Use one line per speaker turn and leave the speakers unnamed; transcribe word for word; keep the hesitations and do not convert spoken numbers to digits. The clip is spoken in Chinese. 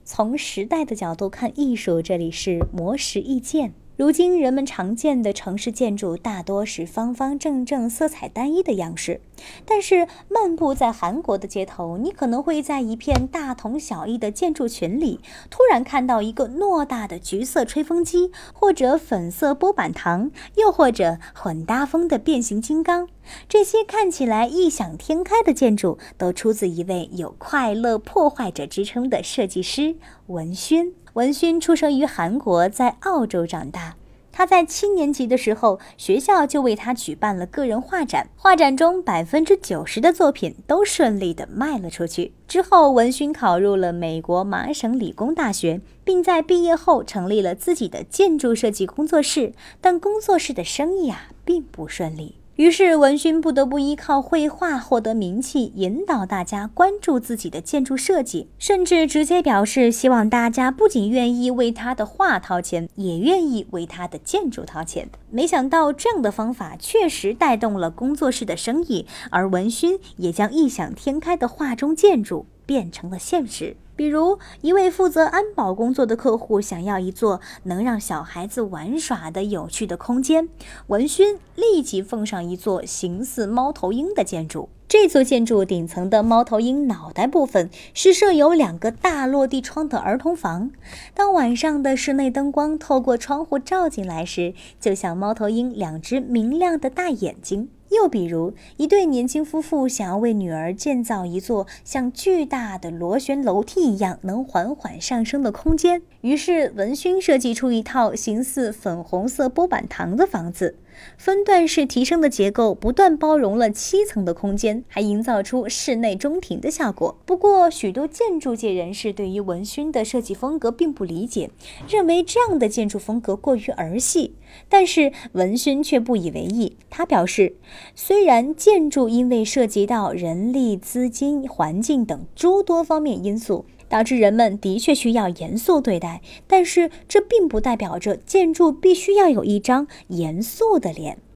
从时代的角度看艺术，这里是魔石意见。如今人们常见的城市建筑大多是方方正正、色彩单一的样式，但是漫步在韩国的街头，你可能会在一片大同小异的建筑群里，突然看到一个偌大的橘色吹风机，或者粉色波板糖，又或者混搭风的变形金刚。这些看起来异想天开的建筑，都出自一位有快乐破坏者之称的设计师文勋。文勋出生于韩国，在澳洲长大。他在七年级的时候，学校就为他举办了个人画展，画展中百分之九十的作品都顺利地卖了出去。之后，文勋考入了美国麻省理工大学，并在毕业后成立了自己的建筑设计工作室，但工作室的生意啊，并不顺利。于是文勋不得不依靠绘画获得名气，引导大家关注自己的建筑设计，甚至直接表示希望大家不仅愿意为他的画掏钱，也愿意为他的建筑掏钱。没想到这样的方法确实带动了工作室的生意，而文勋也将异想天开的画中建筑变成了现实。比如一位负责安保工作的客户想要一座能让小孩子玩耍的有趣的空间，文勋立即奉上一座形似猫头鹰的建筑。这座建筑顶层的猫头鹰脑袋部分是设有两个大落地窗的儿童房，当晚上的室内灯光透过窗户照进来时，就像猫头鹰两只明亮的大眼睛。又比如一对年轻夫妇想要为女儿建造一座像巨大的螺旋楼梯一样能缓缓上升的空间，于是文勋设计出一套形似粉红色波板糖的房子，分段式提升的结构不断包容了七层的空间，还营造出室内中庭的效果。不过许多建筑界人士对于文勋的设计风格并不理解，认为这样的建筑风格过于儿戏，但是文勋却不以为意。他表示，虽然建筑因为涉及到人力、资金、环境等诸多方面因素，导致人们的确需要严肃对待，但是这并不代表着建筑必须要有一张严肃的脸。